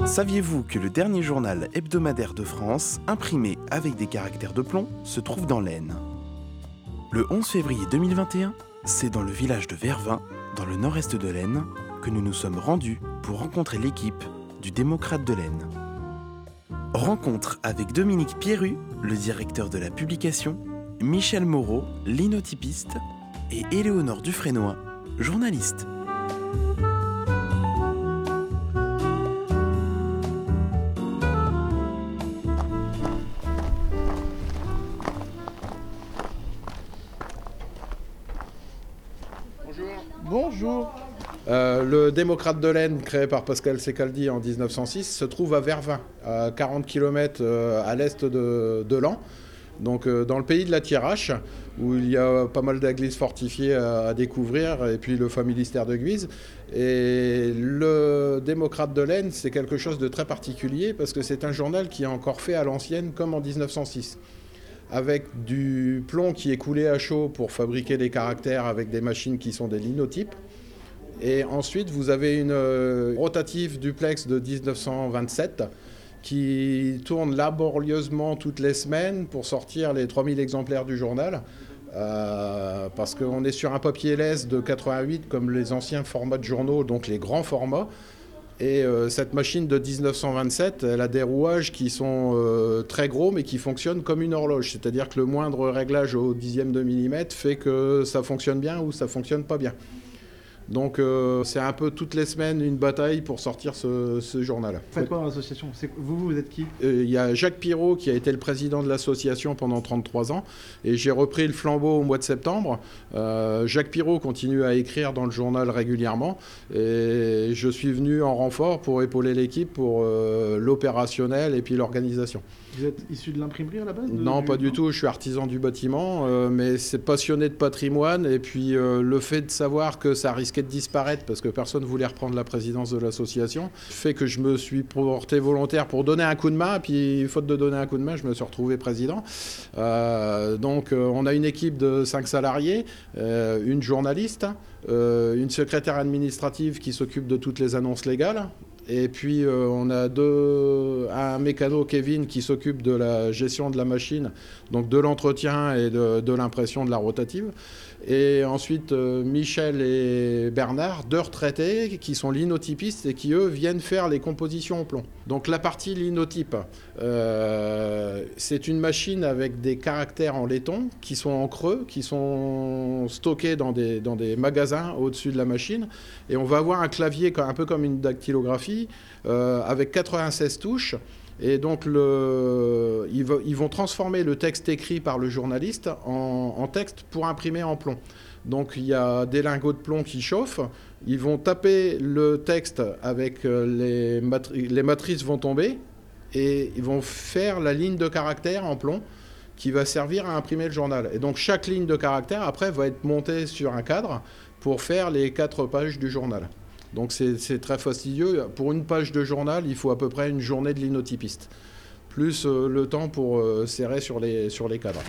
Saviez-vous que le dernier journal hebdomadaire de France, imprimé avec des caractères de plomb, se trouve dans l'Aisne? Le 11 février 2021, c'est dans le village de Vervins, dans le nord-est de l'Aisne, que nous nous sommes rendus pour rencontrer l'équipe du Démocrate de l'Aisne. Rencontre avec Dominique Pierru, le directeur de la publication, Michel Moreau, linotypiste, et Éléonore Dufresnoy, journaliste. Bonjour. Le Démocrate de l'Aisne, créé par Pascal Secaldi en 1906, se trouve à Vervins, à 40 km à l'est de Laon, donc dans le pays de la Thiérache, où il y a pas mal d'églises fortifiées à découvrir, et puis le familistère de Guise. Et le Démocrate de l'Aisne, c'est quelque chose de très particulier, parce que c'est un journal qui est encore fait à l'ancienne, comme en 1906. Avec du plomb qui est coulé à chaud pour fabriquer des caractères avec des machines qui sont des linotypes. Et ensuite, vous avez une rotative duplex de 1927 qui tourne laborieusement toutes les semaines pour sortir les 3000 exemplaires du journal. Parce qu'on est sur un papier LS de 88 comme les anciens formats de journaux, donc les grands formats. Et cette machine de 1927, elle a des rouages qui sont très gros, mais qui fonctionnent comme une horloge. C'est-à-dire que le moindre réglage au dixième de millimètre fait que ça fonctionne bien ou ça fonctionne pas bien. Donc c'est un peu toutes les semaines une bataille pour sortir ce journal. Vous faites quoi dans l'association? Vous êtes qui? Il y a Jacques Pirot qui a été le président de l'association pendant 33 ans et j'ai repris le flambeau au mois de septembre. Jacques Pirot continue à écrire dans le journal régulièrement et je suis venu en renfort pour épauler l'équipe pour l'opérationnel et puis l'organisation. Vous êtes issu de l'imprimerie à la base? Non, pas du tout. Je suis artisan du bâtiment, mais c'est passionné de patrimoine. Et puis le fait de savoir que ça risquait de disparaître parce que personne ne voulait reprendre la présidence de l'association fait que je me suis porté volontaire pour donner un coup de main. Et puis, faute de donner un coup de main, je me suis retrouvé président. Donc, on a une équipe de 5 salariés, une journaliste, une secrétaire administrative qui s'occupe de toutes les annonces légales. Et puis on a un mécano, Kevin, qui s'occupe de la gestion de la machine, donc de l'entretien et de l'impression de la rotative. Et ensuite Michel et Bernard, deux retraités, qui sont linotypistes et qui, eux, viennent faire les compositions au plomb. Donc la partie linotype, c'est une machine avec des caractères en laiton qui sont en creux, qui sont stockés dans des magasins au-dessus de la machine. Et on va avoir un clavier un peu comme une dactylographie avec 96 touches. Et donc ils vont transformer le texte écrit par le journaliste en texte pour imprimer en plomb. Donc il y a des lingots de plomb qui chauffent, ils vont taper le texte avec les matrices vont tomber et ils vont faire la ligne de caractère en plomb qui va servir à imprimer le journal. Et donc chaque ligne de caractère après va être montée sur un cadre pour faire les 4 pages du journal. Donc c'est très fastidieux. Pour une page de journal, il faut à peu près une journée de linotypiste, plus le temps pour serrer sur les cadres.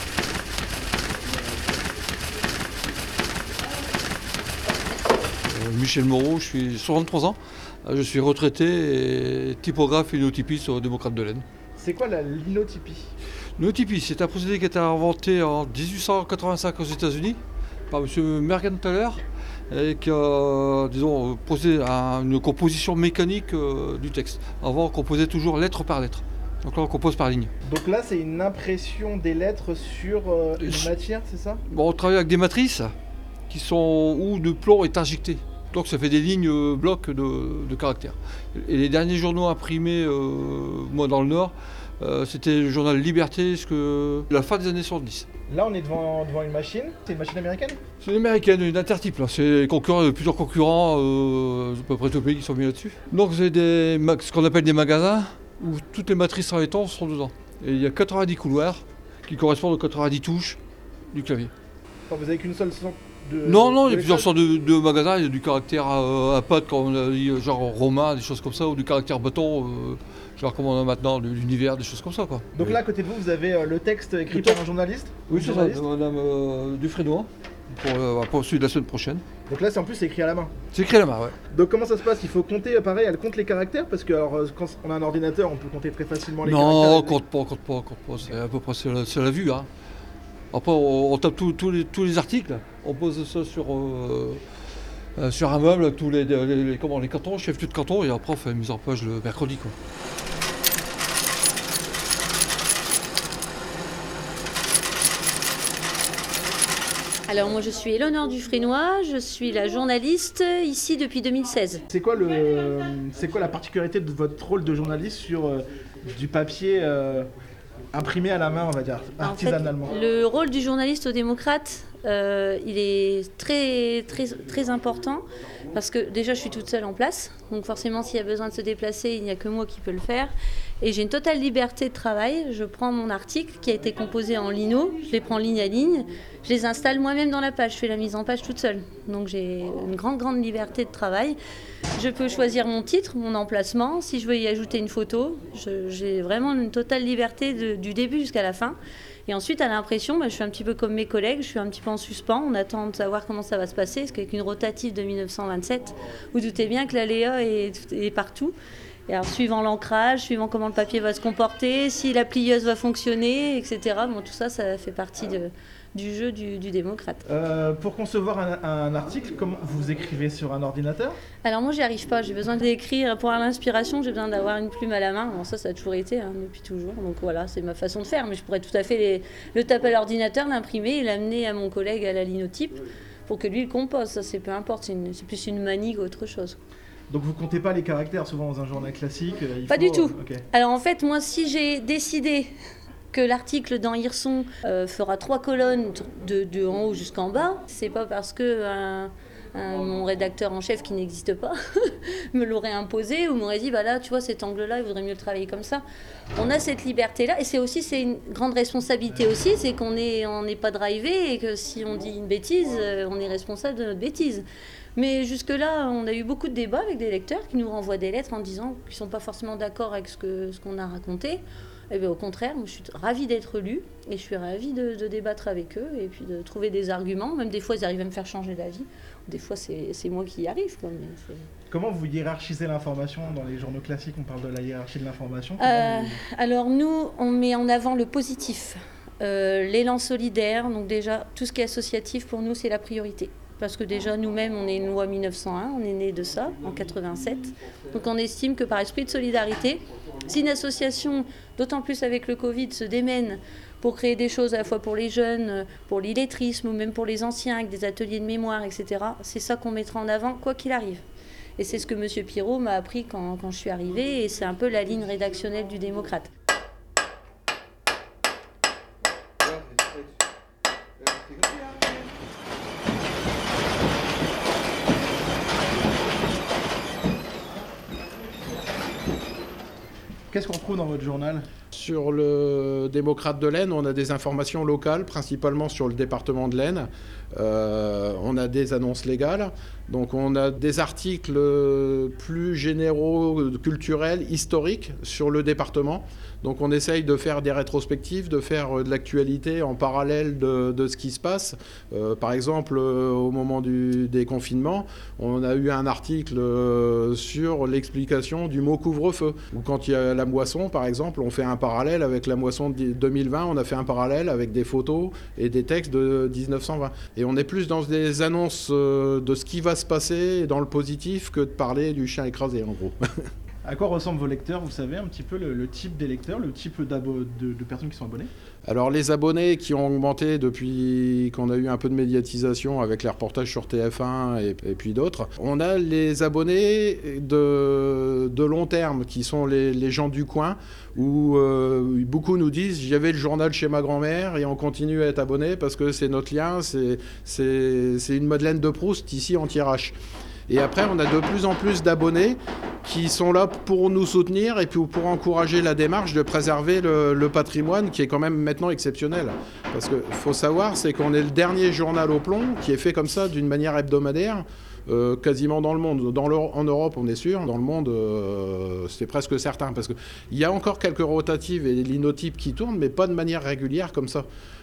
Michel Moreau, je suis 63 ans, je suis retraité et typographe et linotypiste au Démocrate de l'Aisne. C'est quoi la linotypie? Linotypie, c'est un procédé qui a été inventé en 1885 aux États-Unis par M. Mergenthaler, et qui a, procédé à une composition mécanique du texte. Avant, on composait toujours lettre par lettre. Donc là, on compose par ligne. Donc là, c'est une impression des lettres sur une matière, c'est ça? Bon, on travaille avec des matrices où le plomb est injecté. Donc ça fait des lignes blocs de caractères. Et les derniers journaux imprimés, moi dans le Nord, c'était le journal Liberté jusqu'à la fin des années 70. Là, on est devant une machine. C'est une machine américaine? C'est une américaine, une intertype. Là. C'est plusieurs concurrents, à peu près tous les pays qui sont mis là-dessus. Donc c'est ce qu'on appelle des magasins où toutes les matrices en laiton sont dedans. Et il y a 90 couloirs qui correspondent aux 90 touches du clavier. Enfin, vous n'avez qu'une seule sorte de... Non, il y a plusieurs sortes de magasins. Il y a du caractère à pâte, comme on a dit, genre romain, des choses comme ça, ou du caractère bâton. Genre comme on a maintenant de l'univers, des choses comme ça, quoi. Donc là, à côté de vous, vous avez le texte écrit par un journaliste? Oui, c'est ça, de Madame Dufresnoy. pour celui de la semaine prochaine. Donc là, en plus, c'est écrit à la main. C'est écrit à la main, ouais. Donc comment ça se passe? Il faut compter, pareil, elle compte les caractères parce que alors, quand on a un ordinateur, on peut compter très facilement les caractères. Non, compte pas. C'est à peu près c'est la vue. Hein. Après, on tape tous les articles, on pose ça sur un meuble, tous les cantons, chef-lieu de canton, et après on fait la mise en page le mercredi, quoi. Alors moi je suis Éléonore Dufresnoy, je suis la journaliste ici depuis 2016. C'est quoi la particularité de votre rôle de journaliste sur du papier imprimé à la main, on va dire, artisanalement? En fait, le rôle du journaliste au Démocrate, il est très important parce que déjà je suis toute seule en place, donc forcément s'il y a besoin de se déplacer, il n'y a que moi qui peux le faire. Et j'ai une totale liberté de travail. Je prends mon article qui a été composé en lino, je les prends ligne à ligne, je les installe moi-même dans la page, je fais la mise en page toute seule. Donc j'ai une grande liberté de travail. Je peux choisir mon titre, mon emplacement, si je veux y ajouter une photo. J'ai vraiment une totale liberté du début jusqu'à la fin. Et ensuite, à l'impression, je suis un petit peu comme mes collègues, je suis un petit peu en suspens. On attend de savoir comment ça va se passer, parce qu'avec une rotative de 1927, vous doutez bien que l'aléa est partout. Et alors, suivant l'ancrage, suivant comment le papier va se comporter, si la plieuse va fonctionner, etc. Bon, tout ça, ça fait partie du jeu du Démocrate. Pour concevoir un article, comment vous écrivez sur un ordinateur? Alors moi, j'y arrive pas. J'ai besoin d'écrire. Pour l'inspiration, j'ai besoin d'avoir une plume à la main. Bon, ça a toujours été, depuis toujours. Donc voilà, c'est ma façon de faire. Mais je pourrais tout à fait le taper à l'ordinateur, l'imprimer et l'amener à mon collègue à la linotype pour que lui le compose. Ça, c'est peu importe. C'est plus une manie qu'autre chose. Donc vous comptez pas les caractères souvent dans un journal classique? Pas du tout. Okay. Alors en fait, moi, si j'ai décidé que l'article dans Hirson fera 3 colonnes de en haut jusqu'en bas, c'est pas parce que mon rédacteur en chef qui n'existe pas me l'aurait imposé ou m'aurait dit bah là tu vois cet angle-là il vaudrait mieux le travailler comme ça. On a cette liberté-là et c'est une grande responsabilité aussi, c'est qu'on n'est pas drivé et que si on dit une bêtise, on est responsable de notre bêtise. Mais jusque-là, on a eu beaucoup de débats avec des lecteurs qui nous renvoient des lettres en disant qu'ils ne sont pas forcément d'accord avec ce qu'on a raconté. Et bien, au contraire, moi, je suis ravie d'être lue et je suis ravie de débattre avec eux et puis de trouver des arguments. Même des fois, ils arrivent à me faire changer d'avis. Des fois, c'est moi qui y arrive. Comment vous hiérarchisez l'information dans les journaux classiques? On parle de la hiérarchie de l'information. Alors nous, on met en avant le positif. L'élan solidaire, donc déjà, tout ce qui est associatif, pour nous, c'est la priorité. Parce que déjà, nous-mêmes, on est une loi 1901, on est né de ça, en 87. Donc on estime que par esprit de solidarité, si une association, d'autant plus avec le Covid, se démène pour créer des choses à la fois pour les jeunes, pour l'illettrisme ou même pour les anciens, avec des ateliers de mémoire, etc., c'est ça qu'on mettra en avant, quoi qu'il arrive. Et c'est ce que M. Pirot m'a appris quand je suis arrivée, et c'est un peu la ligne rédactionnelle du Démocrate. Qu'est-ce qu'on trouve dans votre journal? Sur le Démocrate de l'Aisne, on a des informations locales, principalement sur le département de l'Aisne. On a des annonces légales. Donc on a des articles plus généraux, culturels, historiques sur le département. Donc on essaye de faire des rétrospectives, de faire de l'actualité en parallèle de ce qui se passe. Par exemple, au moment des confinements, on a eu un article sur l'explication du mot couvre-feu. Ou quand il y a la moisson, par exemple, on fait un parallèle avec la moisson de 2020, on a fait un parallèle avec des photos et des textes de 1920. Et on est plus dans des annonces de ce qui va se passer dans le positif que de parler du chien écrasé, en gros. À quoi ressemblent vos lecteurs? Vous savez un petit peu le type des lecteurs, le type de personnes qui sont abonnées? Alors les abonnés qui ont augmenté depuis qu'on a eu un peu de médiatisation avec les reportages sur TF1 et puis d'autres. On a les abonnés de long terme qui sont les gens du coin où beaucoup nous disent j'avais le journal chez ma grand-mère et on continue à être abonné parce que c'est notre lien, c'est une Madeleine de Proust ici en Thiérache. Et après, on a de plus en plus d'abonnés qui sont là pour nous soutenir et puis pour encourager la démarche de préserver le patrimoine qui est quand même maintenant exceptionnel. Parce qu'il faut savoir, c'est qu'on est le dernier journal au plomb qui est fait comme ça d'une manière hebdomadaire. Quasiment dans le monde. En Europe, on est sûr. Dans le monde, c'est presque certain. Parce qu'il y a encore quelques rotatives et linotypes qui tournent, mais pas de manière régulière comme ça.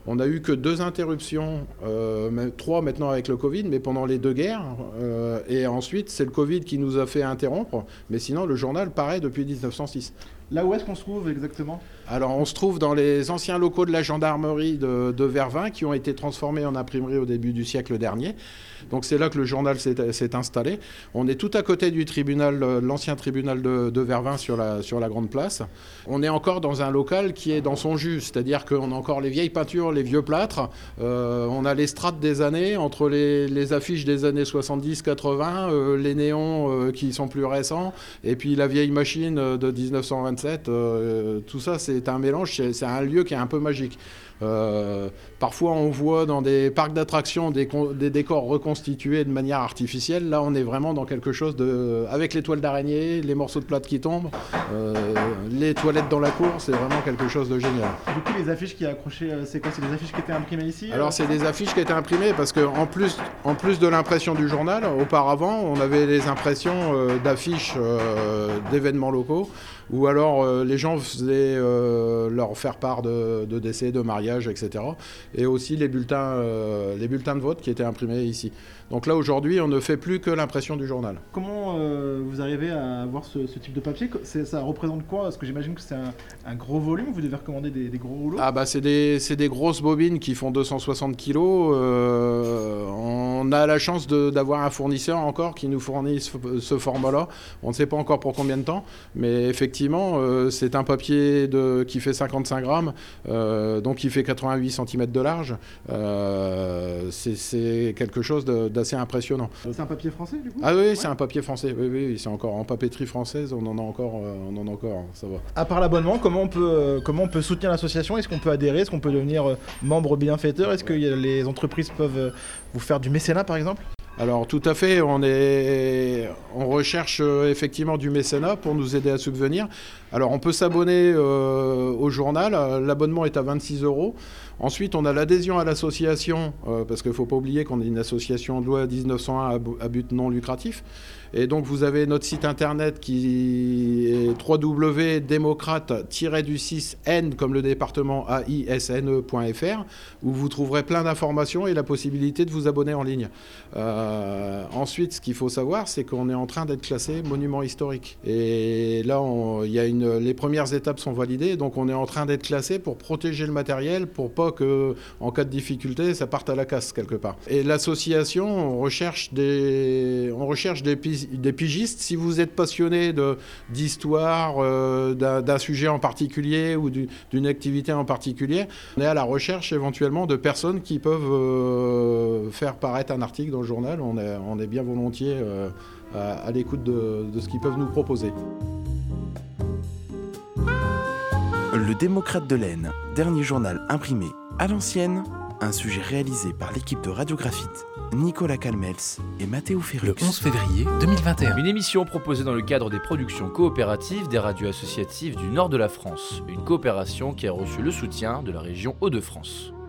On n'a eu que 2 interruptions, même 3 maintenant avec le Covid, mais pendant les 2 guerres. Et ensuite, c'est le Covid qui nous a fait interrompre. Mais sinon, le journal paraît depuis 1906. Là où est-ce qu'on se trouve exactement ? Alors, on se trouve dans les anciens locaux de la gendarmerie de Vervins qui ont été transformés en imprimerie au début du siècle dernier. Donc, c'est là que le journal s'est installé. On est tout à côté du tribunal, l'ancien tribunal de Vervins sur la Grande Place. On est encore dans un local qui est dans son jus, c'est-à-dire qu'on a encore les vieilles peintures, les vieux plâtres. On a les strates des années, entre les affiches des années 70-80, les néons qui sont plus récents, et puis la vieille machine de 1927. Tout ça, c'est un mélange, c'est un lieu qui est un peu magique. Parfois, on voit dans des parcs d'attractions des décors reconstitués de manière artificielle. Là, on est vraiment dans quelque chose avec les toiles d'araignée, les morceaux de plâtre qui tombent, les toilettes dans la cour, c'est vraiment quelque chose de génial. Du coup, les affiches qui accrochées, c'est quoi ? C'est des affiches qui étaient imprimées ici ? Alors, c'est des affiches qui étaient imprimées parce qu'en plus de l'impression du journal, auparavant, on avait les impressions d'affiches d'événements locaux, ou alors les gens faisaient leur faire part de décès, de mariage, etc. Et aussi les bulletins de vote qui étaient imprimés ici. Donc là, aujourd'hui, on ne fait plus que l'impression du journal. Comment vous arrivez à avoir ce type de papier ? Ça représente quoi ? Parce que j'imagine que c'est un gros volume, vous devez recommander des gros rouleaux. Ah bah c'est des grosses bobines qui font 260 kilos. On a la chance d'avoir un fournisseur encore qui nous fournit ce format-là. On ne sait pas encore pour combien de temps, mais effectivement, c'est un papier qui fait 55 grammes, donc il fait 88 cm de large. C'est quelque chose d'assez impressionnant. C'est un papier français du coup ? Ah oui, c'est un papier français. Oui, c'est encore en papeterie française. On en a encore, ça va. À part l'abonnement, comment on peut soutenir l'association ? Est-ce qu'on peut adhérer ? Est-ce qu'on peut devenir membre bienfaiteur ? Est-ce que les entreprises peuvent vous faire du mécénat par exemple ? Alors tout à fait, on recherche effectivement du mécénat pour nous aider à subvenir. Alors on peut s'abonner au journal, l'abonnement est à 26 €. Ensuite on a l'adhésion à l'association, parce qu'il ne faut pas oublier qu'on est une association de loi 1901 à but non lucratif. Et donc vous avez notre site internet qui est www.démocrate-n comme le département aisne.fr, où vous trouverez plein d'informations et la possibilité de vous abonner en ligne. Ensuite, ce qu'il faut savoir, c'est qu'on est en train d'être classé monument historique. Et là, les premières étapes sont validées, donc on est en train d'être classé pour protéger le matériel, pour pas que, en cas de difficulté, ça parte à la casse quelque part. Et l'association, on recherche des pigistes. Si vous êtes passionné d'histoire, d'un sujet en particulier ou d'une activité en particulier, on est à la recherche éventuellement de personnes qui peuvent faire paraître un article dans le journal. On est bien volontiers à l'écoute de ce qu'ils peuvent nous proposer. Le Démocrate de l'Aisne, dernier journal imprimé à l'ancienne, un sujet réalisé par l'équipe de Radiographite, Nicolas Calmels et Mathéo Ferrux. Le 11 février 2021. Une émission proposée dans le cadre des productions coopératives des radios associatives du nord de la France. Une coopération qui a reçu le soutien de la région Hauts-de-France.